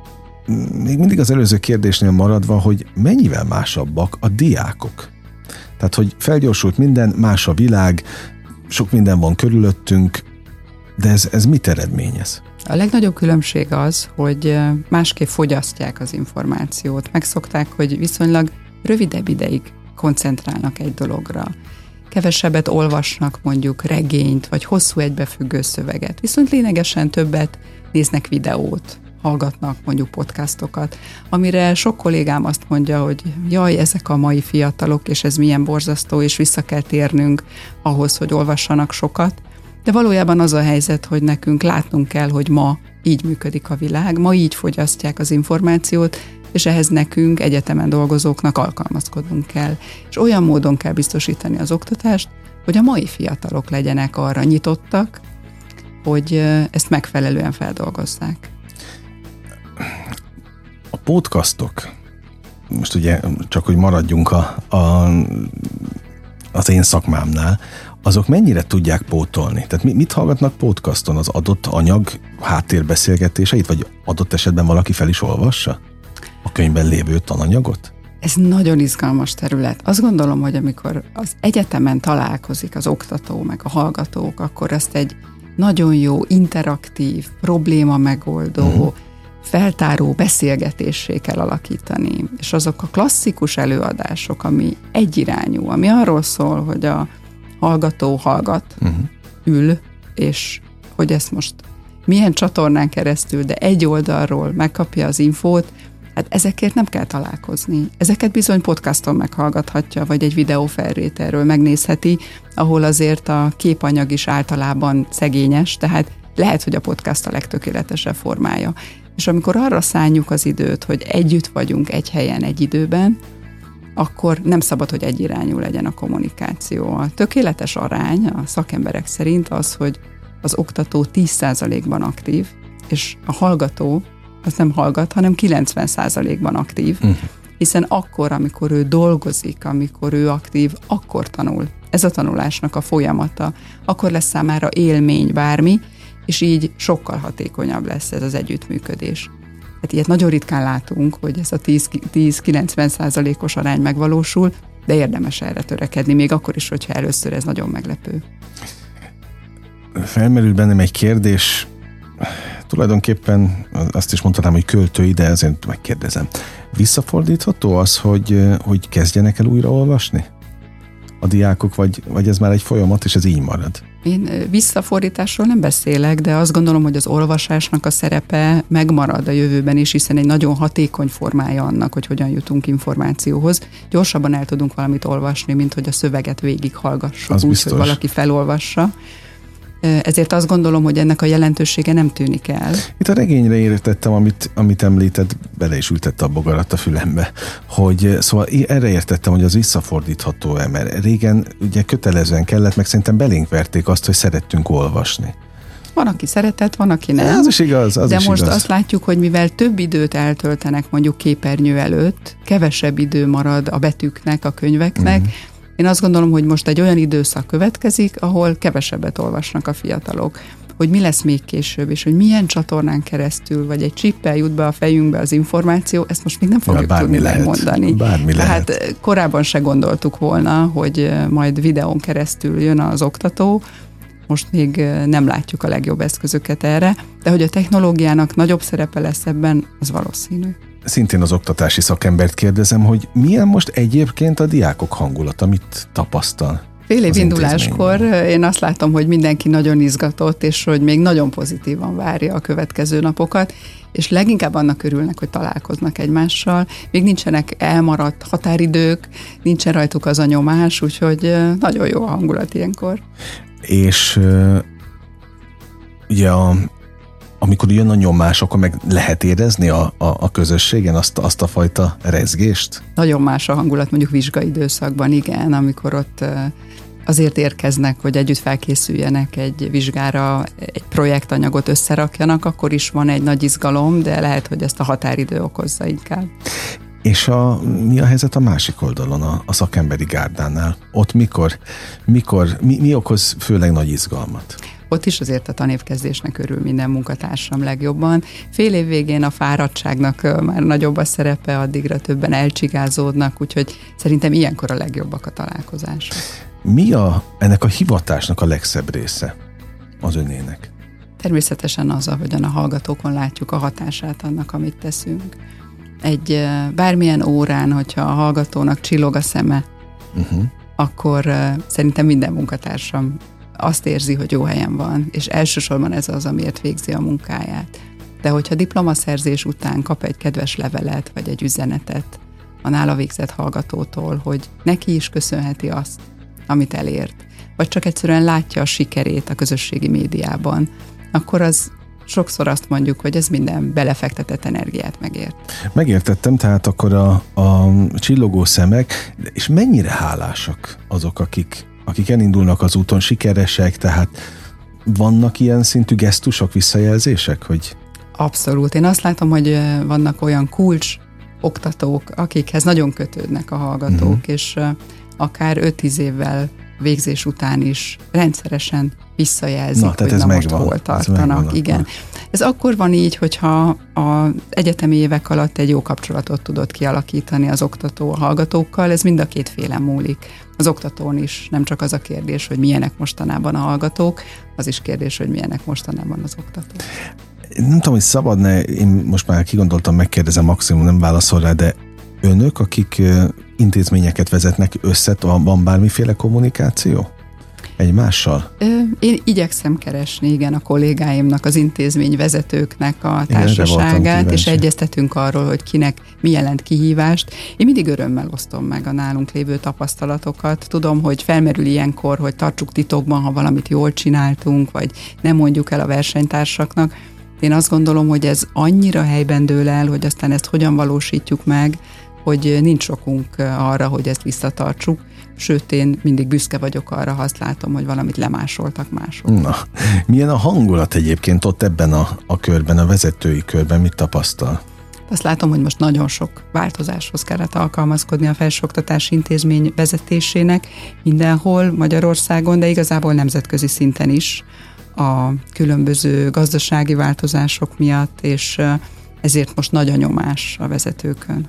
még mindig az előző kérdésnél maradva, hogy mennyivel másabbak a diákok? Tehát, hogy felgyorsult minden, más a világ, sok minden van körülöttünk, de ez, ez mit eredményez? A legnagyobb különbség az, hogy másképp fogyasztják az információt. Megszokták, hogy viszonylag rövidebb ideig koncentrálnak egy dologra. Kevesebbet olvasnak mondjuk regényt, vagy hosszú egybefüggő szöveget. Viszont lényegesen többet néznek videót, hallgatnak mondjuk podcastokat, amire sok kollégám azt mondja, hogy jaj, ezek a mai fiatalok, és ez milyen borzasztó, és vissza kell térnünk ahhoz, hogy olvassanak sokat. De valójában az a helyzet, hogy nekünk látnunk kell, hogy ma így működik a világ, ma így fogyasztják az információt, és ehhez nekünk, egyetemen dolgozóknak alkalmazkodnunk kell. És olyan módon kell biztosítani az oktatást, hogy a mai fiatalok legyenek arra nyitottak, hogy ezt megfelelően feldolgozzák. A podcastok, most ugye csak hogy maradjunk a, a, az én szakmámnál, azok mennyire tudják pótolni? Tehát mit hallgatnak podcaston? Az adott anyag háttérbeszélgetéseit, vagy adott esetben valaki fel is olvassa a könyvben lévő tananyagot? Ez nagyon izgalmas terület. Azt gondolom, hogy amikor az egyetemen találkozik az oktató, meg a hallgatók, akkor ezt egy nagyon jó, interaktív, probléma megoldó, uh-huh. feltáró beszélgetéssé kell alakítani. És azok a klasszikus előadások, ami egyirányú, ami arról szól, hogy a hallgató hallgat, uh-huh. ül, és hogy ezt most milyen csatornán keresztül, de egy oldalról megkapja az infót, hát ezekért nem kell találkozni. Ezeket bizony podcaston meghallgathatja, vagy egy videófelvételről megnézheti, ahol azért a képanyag is általában szegényes, tehát lehet, hogy a podcast a legtökéletesebb formája. És amikor arra szánjuk az időt, hogy együtt vagyunk egy helyen, egy időben, akkor nem szabad, hogy egyirányú legyen a kommunikáció. A tökéletes arány a szakemberek szerint az, hogy az oktató tíz százalékban aktív, és a hallgató az nem hallgat, hanem kilencven százalékban aktív, uh-huh. hiszen akkor, amikor ő dolgozik, amikor ő aktív, akkor tanul. Ez a tanulásnak a folyamata. Akkor lesz számára élmény bármi, és így sokkal hatékonyabb lesz ez az együttműködés. Hát ilyet nagyon ritkán látunk, hogy ez a tíz-kilencven százalékos arány megvalósul, de érdemes erre törekedni, még akkor is, hogyha először ez nagyon meglepő. Felmerült bennem egy kérdés, tulajdonképpen azt is mondhatnám, hogy költői, de ezért megkérdezem. Visszafordítható az, hogy, hogy kezdjenek el újra olvasni a diákok, vagy, vagy ez már egy folyamat, és ez így marad? Én visszafordításról nem beszélek, de azt gondolom, hogy az olvasásnak a szerepe megmarad a jövőben is, hiszen egy nagyon hatékony formája annak, hogy hogyan jutunk információhoz. Gyorsabban el tudunk valamit olvasni, mint hogy a szöveget végighallgassuk, úgy, hogy valaki felolvassa. Ezért azt gondolom, hogy ennek a jelentősége nem tűnik el. Itt a regényre értettem, amit, amit említett, bele is ültette a bogarat a fülembe, hogy szóval erre értettem, hogy az visszafordítható-e, mert régen ugye kötelezően kellett, meg szerintem belénk verték azt, hogy szerettünk olvasni. Van, aki szeretett, van, aki nem. Az is igaz, az De is most igaz. Azt látjuk, hogy mivel több időt eltöltenek mondjuk képernyő előtt, kevesebb idő marad a betűknek, a könyveknek. Mm. Én azt gondolom, hogy most egy olyan időszak következik, ahol kevesebbet olvasnak a fiatalok. Hogy mi lesz még később, és hogy milyen csatornán keresztül, vagy egy csippel jut be a fejünkbe az információ, ezt most még nem fogjuk ja, tudni lehet. megmondani. Bármi Tehát lehet. Korábban se gondoltuk volna, hogy majd videón keresztül jön az oktató, most még nem látjuk a legjobb eszközöket erre, de hogy a technológiának nagyobb szerepe lesz ebben, az valószínű. Szintén az oktatási szakembert kérdezem, hogy milyen most egyébként a diákok hangulata, mit tapasztal? Fél év induláskor én azt látom, hogy mindenki nagyon izgatott, és hogy még nagyon pozitívan várja a következő napokat, és leginkább annak örülnek, hogy találkoznak egymással. Még nincsenek elmaradt határidők, nincsen rajtuk az a nyomás, úgyhogy nagyon jó a hangulat ilyenkor. És uh, ugye a amikor jön a nyomás, akkor meg lehet érezni a, a, a közösségen azt, azt a fajta rezgést? Nagyon más a hangulat mondjuk vizsgaidőszakban, igen, amikor ott azért érkeznek, hogy együtt felkészüljenek egy vizsgára, egy projektanyagot összerakjanak, akkor is van egy nagy izgalom, de lehet, hogy ezt a határidő okozza inkább. És a, mi a helyzet a másik oldalon, a, a szakemberi gárdánál? Ott mikor, mikor mi, mi okoz főleg nagy izgalmat? Ott is azért a tanévkezdésnek örül minden munkatársam legjobban. Fél év végén a fáradtságnak már nagyobb a szerepe, addigra többen elcsigázódnak, úgyhogy szerintem ilyenkor a legjobbak a találkozások. Mi a, ennek a hivatásnak a legszebb része az önének? Természetesen az, ahogyan a hallgatókon látjuk a hatását annak, amit teszünk. Egy bármilyen órán, hogyha a hallgatónak csillog a szeme, uh-huh. akkor szerintem minden munkatársam azt érzi, hogy jó helyen van, és elsősorban ez az, amiért végzi a munkáját. De hogyha diplomaszerzés után kap egy kedves levelet, vagy egy üzenetet a nála végzett hallgatótól, hogy neki is köszönheti azt, amit elért, vagy csak egyszerűen látja a sikerét a közösségi médiában, akkor az sokszor azt mondjuk, hogy ez minden belefektetett energiát megért. Megértettem, tehát akkor a, a csillogó szemek, és mennyire hálásak azok, akik akik elindulnak az úton, sikeresek, tehát vannak ilyen szintű gesztusok, visszajelzések, hogy... Abszolút. Én azt látom, hogy vannak olyan kulcs oktatók, akikhez nagyon kötődnek a hallgatók, uh-huh. és akár öt-tíz évvel végzés után is rendszeresen visszajelzik, na, hogy na most megvan. Hol tartanak. Igen. Ez akkor van így, hogyha az egyetemi évek alatt egy jó kapcsolatot tudott kialakítani az oktató a hallgatókkal, ez mind a két félen múlik. Az oktatón is nem csak az a kérdés, hogy milyenek mostanában a hallgatók, az is kérdés, hogy milyenek mostanában az oktatók. Nem tudom, hogy szabadna, én most már kigondoltam, megkérdezem, maximum nem válaszol rá, de önök, akik intézményeket vezetnek, össze, van bármiféle kommunikáció egymással? Én igyekszem keresni, igen, a kollégáimnak, az intézmény vezetőknek a társaságát, és egyeztetünk arról, hogy kinek mi jelent kihívást. Én mindig örömmel osztom meg a nálunk lévő tapasztalatokat. Tudom, hogy felmerül ilyenkor, hogy tartsuk titokban, ha valamit jól csináltunk, vagy nem mondjuk el a versenytársaknak. Én azt gondolom, hogy ez annyira helyben dől el, hogy aztán ezt hogyan valósítjuk meg, hogy nincs okunk arra, hogy ezt visszatartsuk. Sőt, én mindig büszke vagyok arra, ha azt látom, hogy valamit lemásoltak mások. Na, milyen a hangulat egyébként ott ebben a, a körben, a vezetői körben, mit tapasztal? Azt látom, hogy most nagyon sok változáshoz kellett alkalmazkodni a felsőoktatási intézmény vezetésének mindenhol Magyarországon, de igazából nemzetközi szinten is a különböző gazdasági változások miatt, és ezért most nagy a nyomás a vezetőkön.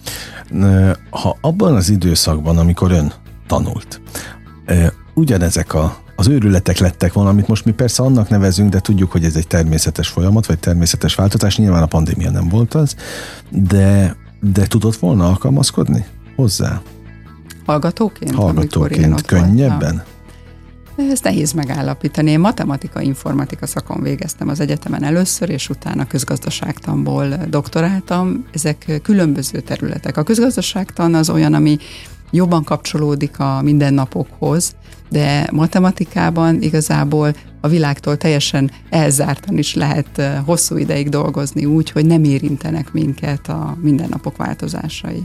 Ha abban az időszakban, amikor ön tanult, ugyanezek a, az őrületek lettek volna, amit most mi persze annak nevezünk, de tudjuk, hogy ez egy természetes folyamat, vagy természetes változás, nyilván a pandémia nem volt az, de, de tudott volna alkalmazkodni hozzá? Hallgatóként? Hallgatóként könnyebben? Ezt nehéz megállapítani. Én matematika-informatika szakon végeztem az egyetemen először, és utána közgazdaságtanból doktoráltam. Ezek különböző területek. A közgazdaságtan az olyan, ami jobban kapcsolódik a mindennapokhoz, de matematikában igazából a világtól teljesen elzártan is lehet hosszú ideig dolgozni úgy, hogy nem érintenek minket a mindennapok változásai.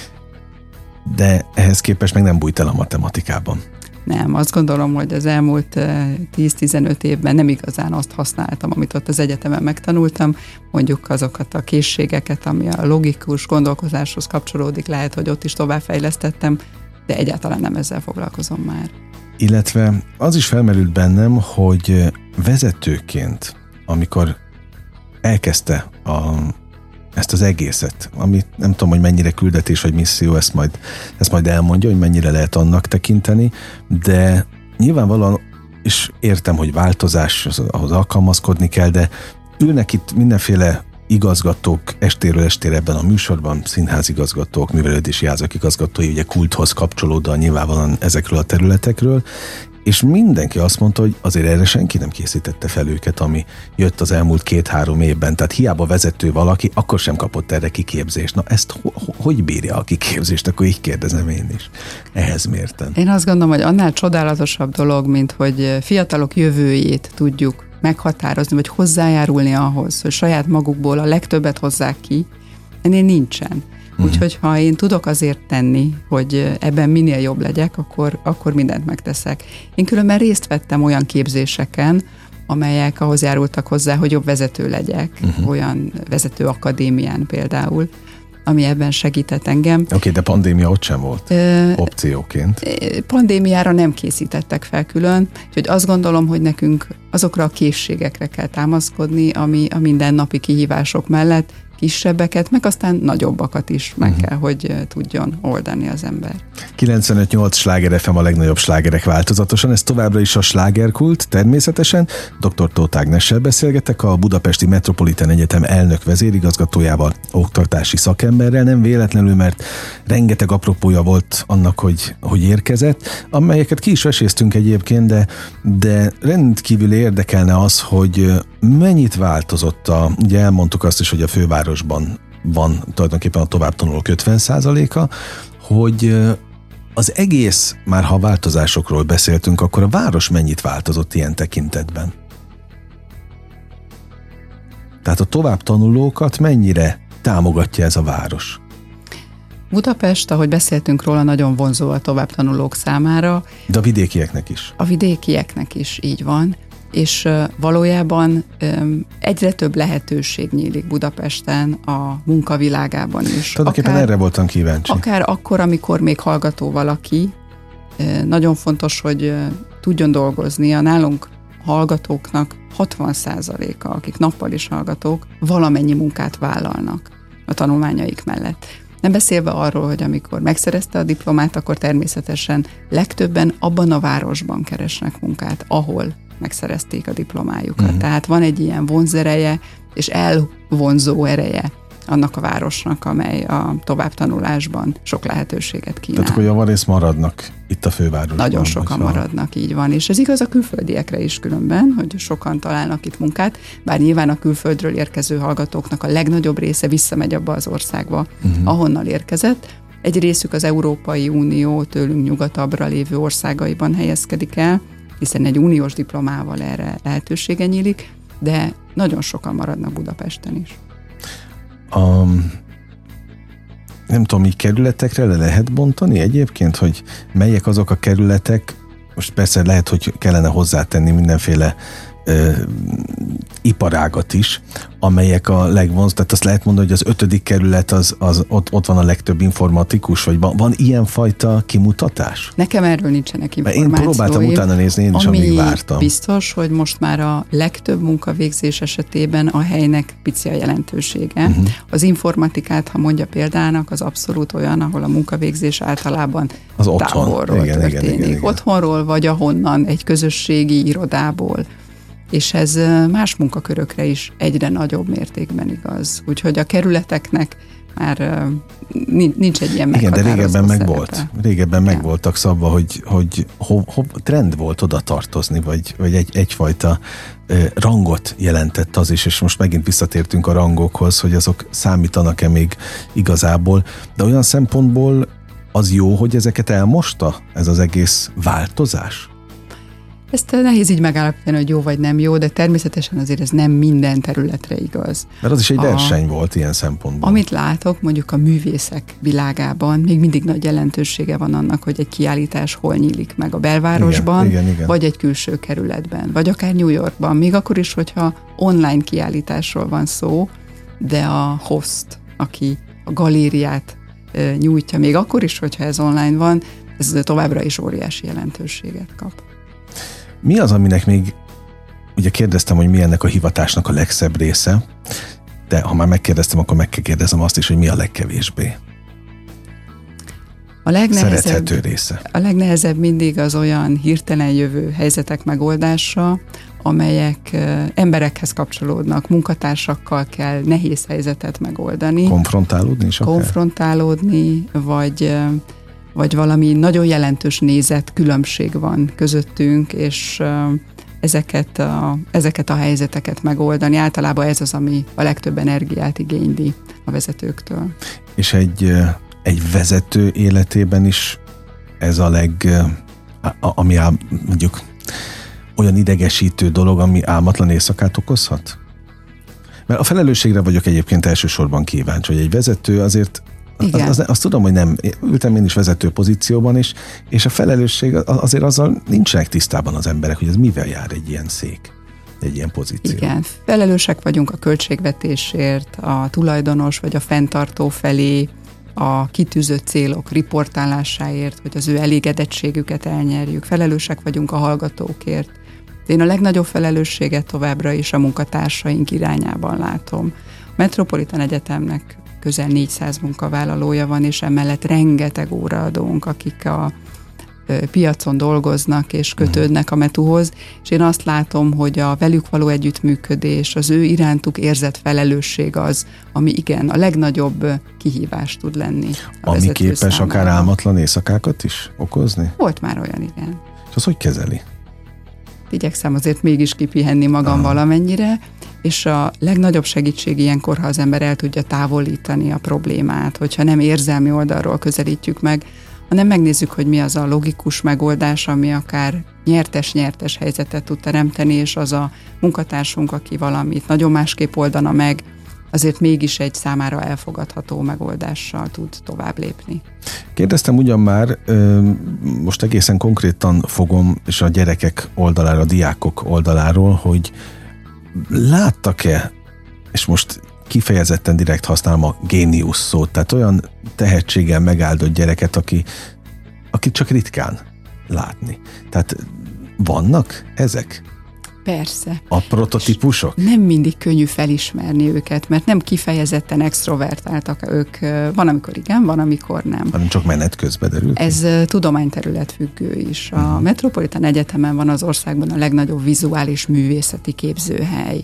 De ehhez képest meg nem bújt el a matematikában. Nem, azt gondolom, hogy az elmúlt tíz-tizenöt évben nem igazán azt használtam, amit ott az egyetemen megtanultam, mondjuk azokat a készségeket, ami a logikus gondolkozáshoz kapcsolódik, lehet, hogy ott is továbbfejlesztettem, de egyáltalán nem ezzel foglalkozom már. Illetve az is felmerült bennem, hogy vezetőként, amikor elkezdte a ezt az egészet, amit nem tudom, hogy mennyire küldetés vagy misszió, ezt majd, ezt majd elmondja, hogy mennyire lehet annak tekinteni, de nyilvánvalóan, és értem, hogy változás, ahhoz alkalmazkodni kell, de ülnek itt mindenféle igazgatók estéről estére ebben a műsorban, színházigazgatók, művelődési házak igazgatói, ugye kulthoz kapcsolódóan nyilvánvalóan ezekről a területekről, és mindenki azt mondta, hogy azért erre senki nem készítette fel őket, ami jött az elmúlt két-három évben. Tehát hiába vezető valaki, akkor sem kapott erre kiképzést. Na ezt ho- ho- hogy bírja a kiképzést? Akkor így kérdezem én is. Ehhez mérten. Én azt gondolom, hogy annál csodálatosabb dolog, mint hogy fiatalok jövőjét tudjuk meghatározni, vagy hozzájárulni ahhoz, hogy saját magukból a legtöbbet hozzák ki, ennél nincsen. Úgyhogy ha én tudok azért tenni, hogy ebben minél jobb legyek, akkor, akkor mindent megteszek. Én különben részt vettem olyan képzéseken, amelyek ahhoz járultak hozzá, hogy jobb vezető legyek, uh-huh. olyan vezető akadémián például, ami ebben segített engem. Oké, okay, de pandémia ott sem volt uh, opcióként. Pandémiára nem készítettek fel külön, úgyhogy azt gondolom, hogy nekünk azokra a készségekre kell támaszkodni, ami a mindennapi kihívások mellett kisebbeket, meg aztán nagyobbakat is meg uh-huh. kell, hogy tudjon oldani az ember. kilencvenöt nyolc Sláger ef em a legnagyobb slágerek változatosan, ez továbbra is a slágerkult, természetesen. doktor Tóth Ágnessel beszélgetek, a Budapesti Metropolitán Egyetem elnök vezérigazgatójával, oktatási szakemberrel, nem véletlenül, mert rengeteg apropója volt annak, hogy, hogy érkezett, amelyeket ki is veséztünk egyébként, de, de rendkívül érdekelne az, hogy mennyit változott a, ugye elmondtuk azt is, hogy a fővárosban van tulajdonképpen a továbbtanulók ötven százaléka, hogy az egész, már ha változásokról beszéltünk, akkor a város mennyit változott ilyen tekintetben? Tehát a továbbtanulókat mennyire támogatja ez a város? Budapest, ahogy beszéltünk róla, nagyon vonzó a továbbtanulók számára. De a vidékieknek is. A vidékieknek is, így van. És valójában egyre több lehetőség nyílik Budapesten a munkavilágában is. Tulajdonképpen erre voltam kíváncsi. Akár akkor, amikor még hallgató valaki, nagyon fontos, hogy tudjon dolgozni. A nálunk hallgatóknak hatvan százaléka, akik nappal is hallgatók, valamennyi munkát vállalnak a tanulmányaik mellett. Nem beszélve arról, hogy amikor megszerezte a diplomát, akkor természetesen legtöbben abban a városban keresnek munkát, ahol megszerezték a diplomájukat. Uh-huh. Tehát van egy ilyen vonzereje és elvonzó ereje annak a városnak, amely a továbbtanulásban sok lehetőséget kínál. Tehát, hogy javarészt maradnak itt a fővárosban. Nagyon sokan maradnak, így van. És ez igaz a külföldiekre is különben, hogy sokan találnak itt munkát, bár nyilván a külföldről érkező hallgatóknak a legnagyobb része visszamegy abba az országba, uh-huh. ahonnan érkezett. Egy részük az Európai Unió tőlünk nyugatabbra lévő országaiban helyezkedik el, hiszen egy uniós diplomával erre lehetősége nyílik, de nagyon sokan maradnak Budapesten is. Um, nem tudom, így kerületekre le lehet bontani egyébként, hogy melyek azok a kerületek, most persze lehet, hogy kellene hozzátenni mindenféle ö, iparágat is, amelyek a legvonz, tehát azt lehet mondani, hogy az ötödik kerület az, az ott, ott van a legtöbb informatikus, vagy van, van ilyenfajta kimutatás? Nekem erről nincsenek információim. Én próbáltam utána nézni, én is amíg vártam. Biztos, hogy most már a legtöbb munkavégzés esetében a helynek pici a jelentősége. Uh-huh. Az informatikát, ha mondja példának, az abszolút olyan, ahol a munkavégzés általában az távolról otthon. Igen, történik. igen, igen, igen. Otthonról vagy ahonnan, egy közösségi irodából. És ez más munkakörökre is egyre nagyobb mértékben igaz. Úgyhogy a kerületeknek már nincs egy ilyen meghatározó. Igen, de régebben meg szerepe. volt. Régebben meg voltak szabva, hogy, hogy ho, ho, trend volt oda tartozni, vagy, vagy egy, egyfajta eh, rangot jelentett az is, és most megint visszatértünk a rangokhoz, hogy azok számítanak-e még igazából, de olyan szempontból az jó, hogy ezeket elmosta ez az egész változás? Ezt nehéz így megállapítani, hogy jó vagy nem jó, de természetesen azért ez nem minden területre igaz. Mert az is egy a, verseny volt ilyen szempontból. Amit látok mondjuk a művészek világában, még mindig nagy jelentősége van annak, hogy egy kiállítás hol nyílik meg a belvárosban, igen, igen, igen. vagy egy külső kerületben, vagy akár New Yorkban, még akkor is, hogyha online kiállításról van szó, de a host, aki a galériát e, nyújtja, még akkor is, hogyha ez online van, ez továbbra is óriási jelentőséget kap. Mi az, aminek még, ugye kérdeztem, hogy mi ennek a hivatásnak a legszebb része, de ha már megkérdeztem, akkor meg kell kérdezem azt is, hogy mi a legkevésbé. A legnehezebb, szerethető része. A legnehezebb mindig az olyan hirtelen jövő helyzetek megoldása, amelyek emberekhez kapcsolódnak, munkatársakkal kell nehéz helyzetet megoldani. Konfrontálódni is akár? Konfrontálódni, vagy... vagy valami nagyon jelentős nézet különbség van közöttünk, és ezeket a, ezeket a helyzeteket megoldani. Általában ez az, ami a legtöbb energiát igényli a vezetőktől. És egy, egy vezető életében is ez a leg, ami á, mondjuk olyan idegesítő dolog, ami álmatlan éjszakát okozhat? Mert a felelősségre vagyok egyébként elsősorban kíváncsi, hogy egy vezető azért Az, az, azt tudom, hogy nem. Ültem én is vezető pozícióban, és, és a felelősség azért azzal nincsenek tisztában az emberek, hogy ez mivel jár egy ilyen szék, egy ilyen pozíció. Igen, felelősek vagyunk a költségvetésért, a tulajdonos vagy a fenntartó felé, a kitűzött célok riportálásáért, hogy az ő elégedettségüket elnyerjük. Felelősek vagyunk a hallgatókért. Én a legnagyobb felelősséget továbbra is a munkatársaink irányában látom. A Metropolitan Egyetemnek közel négyszáz munkavállalója van, és emellett rengeteg óraadónk, akik a piacon dolgoznak és kötődnek a Metuhoz, és én azt látom, hogy a velük való együttműködés, az ő irántuk érzett felelősség az, ami igen, a legnagyobb kihívás tud lenni. Ami képes számára. Akár álmatlan éjszakákat is okozni? Volt már olyan, igen. És az hogy kezeli? Igyekszem azért mégis kipihenni magam Aha. valamennyire, és a legnagyobb segítség ilyenkor, ha az ember el tudja távolítani a problémát, hogyha nem érzelmi oldalról közelítjük meg, hanem megnézzük, hogy mi az a logikus megoldás, ami akár nyertes-nyertes helyzetet tud teremteni, és az a munkatársunk, aki valamit nagyon másképp oldana meg, azért mégis egy számára elfogadható megoldással tud tovább lépni. Kérdeztem ugyan már, most egészen konkrétan fogom, és a gyerekek oldalára, a diákok oldaláról, hogy láttak-e, és most kifejezetten direkt használom a géniusz szót, tehát olyan tehetséggel megáldott gyereket, aki, aki csak ritkán látni. Tehát vannak ezek? Persze. A prototípusok? Nem mindig könnyű felismerni őket, mert nem kifejezetten extrovertáltak ők. Van, amikor igen, van, amikor nem. Hanem csak menet közben derül ki? Ez tudományterület függő is. A uh-huh. Metropolitan Egyetemen van az országban a legnagyobb vizuális művészeti képzőhely.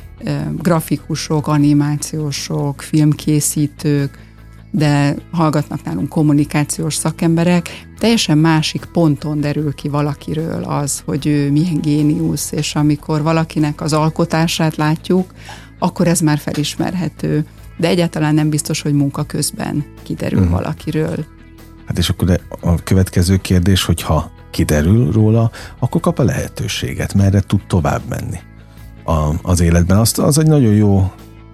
Grafikusok, animációsok, filmkészítők, de hallgatnak nálunk kommunikációs szakemberek, teljesen másik ponton derül ki valakiről az, hogy ő milyen géniusz, és amikor valakinek az alkotását látjuk, akkor ez már felismerhető, de egyáltalán nem biztos, hogy munka közben kiderül uh-huh. valakiről. Hát és akkor a következő kérdés, hogy ha kiderül róla, akkor kap a lehetőséget, merre tud tovább menni a, az életben. Azt, az egy nagyon jó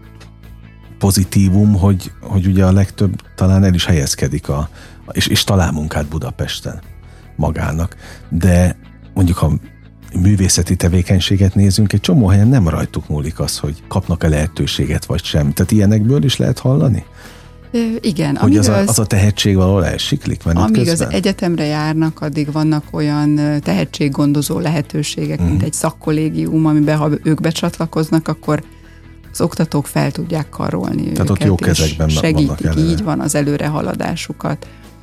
pozitívum, hogy, hogy ugye a legtöbb talán el is helyezkedik, a, és, és talál munkát Budapesten magának. De mondjuk, ha művészeti tevékenységet nézünk, egy csomó helyen nem rajtuk múlik az, hogy kapnak-e lehetőséget vagy sem. Tehát ilyenekből is lehet hallani? Ö, igen. Hogy az, az, az a tehetség valahol elsiklik menet amíg közben? az egyetemre járnak, addig vannak olyan tehetséggondozó lehetőségek, mint mm. egy szakkollégium, amiben ha ők becsatlakoznak, akkor az oktatók fel tudják karolni Tehát őket, ott jó kezekben segítik, vannak így van, az előrehaladásukat.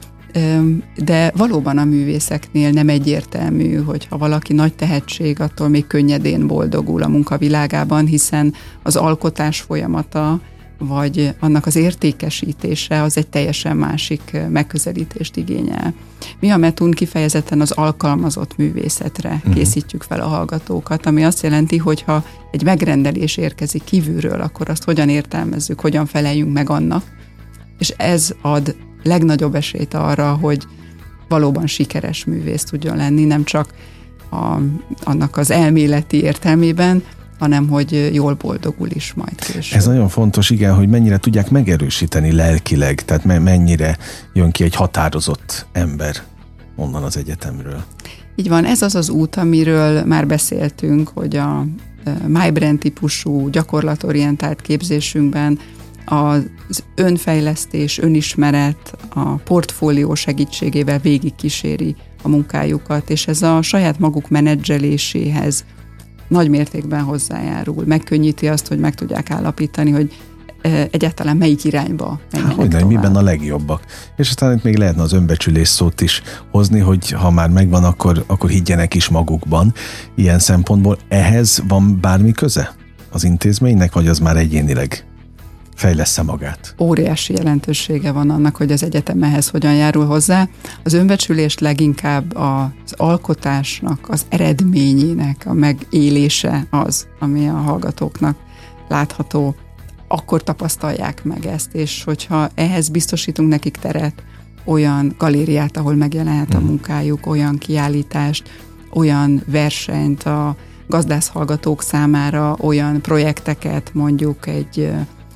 De valóban a művészeknél nem egyértelmű, hogy ha valaki nagy tehetség, attól még könnyedén boldogul a munkavilágában, hiszen az alkotás folyamata, vagy annak az értékesítése az egy teljesen másik megközelítést igényel. Mi a Metun kifejezetten az alkalmazott művészetre uh-huh. készítjük fel a hallgatókat, ami azt jelenti, hogy ha egy megrendelés érkezik kívülről, akkor azt hogyan értelmezzük, hogyan feleljünk meg annak, és ez ad legnagyobb esélyt arra, hogy valóban sikeres művész tudjon lenni, nem csak a, annak az elméleti értelmében, hanem hogy jól boldogul is majd később. Ez nagyon fontos, igen, hogy mennyire tudják megerősíteni lelkileg, tehát mennyire jön ki egy határozott ember onnan az egyetemről. Így van, ez az az út, amiről már beszéltünk, hogy a MyBrand típusú gyakorlatorientált képzésünkben az önfejlesztés, önismeret, a portfólió segítségével végigkíséri a munkájukat, és ez a saját maguk menedzseléséhez nagy mértékben hozzájárul. Megkönnyíti azt, hogy meg tudják állapítani, hogy egyáltalán melyik irányba menjenek Hogyne, tovább. Miben a legjobbak. És aztán itt még lehetne az önbecsülés szót is hozni, hogy ha már megvan, akkor, akkor higgyenek is magukban. Ilyen szempontból ehhez van bármi köze az intézménynek, vagy az már egyénileg fejlessze magát? Óriási jelentősége van annak, hogy az egyetem ehhez hogyan járul hozzá. Az önbecsülést leginkább az alkotásnak, az eredményének a megélése az, ami a hallgatóknak látható. Akkor tapasztalják meg ezt, és hogyha ehhez biztosítunk nekik teret, olyan galériát, ahol megjelenhet a munkájuk, olyan kiállítást, olyan versenyt a gazdász hallgatók számára, olyan projekteket, mondjuk egy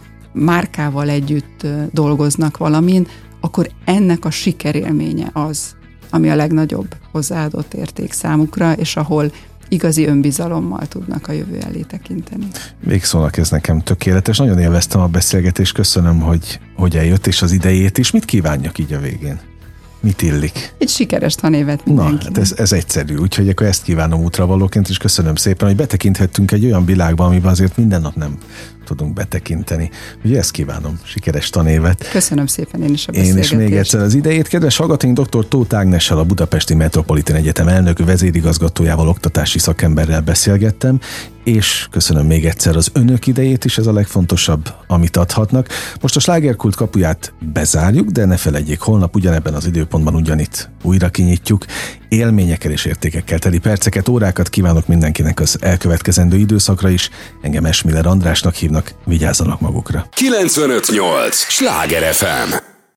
márkával együtt dolgoznak valamin, akkor ennek a sikerélménye az, ami a legnagyobb hozzáadott érték számukra, és ahol igazi önbizalommal tudnak a jövő elé tekinteni. Végszónak ez nekem tökéletes. Nagyon élveztem a beszélgetést, köszönöm, hogy, hogy eljött, és az idejét is. Mit kívánjak így a végén? Mit illik? Egy sikeres tanévet mindenkinek. Na, hát ez, ez egyszerű, úgyhogy akkor ezt kívánom útravalóként, és köszönöm szépen, hogy betekinthettünk egy olyan világba, amiben azért minden nap nem tudunk betekinteni. Ugye ezt kívánom, sikeres tanévet. Köszönöm szépen én is a beszélgetést. Én is még egyszer az idejét. Kedves hallgatóink, dr. Tóth Ágnessel, a Budapesti Metropolitan Egyetem elnök vezérigazgatójával, oktatási szakemberrel beszélgettem, és köszönöm még egyszer az önök idejét is, ez a legfontosabb, amit adhatnak. Most a Slágerkult kapuját bezárjuk, de ne feledjék, holnap ugyanebben az időpontban ugyanitt újra kinyitjuk. Élményekkel és értékekkel teli perceket, órákat kívánok mindenkinek az elkövetkezendő időszakra is. Engem Esmiller Andrásnak hívnak, vigyázzanak magukra. kilencvenöt nyolc Sláger ef em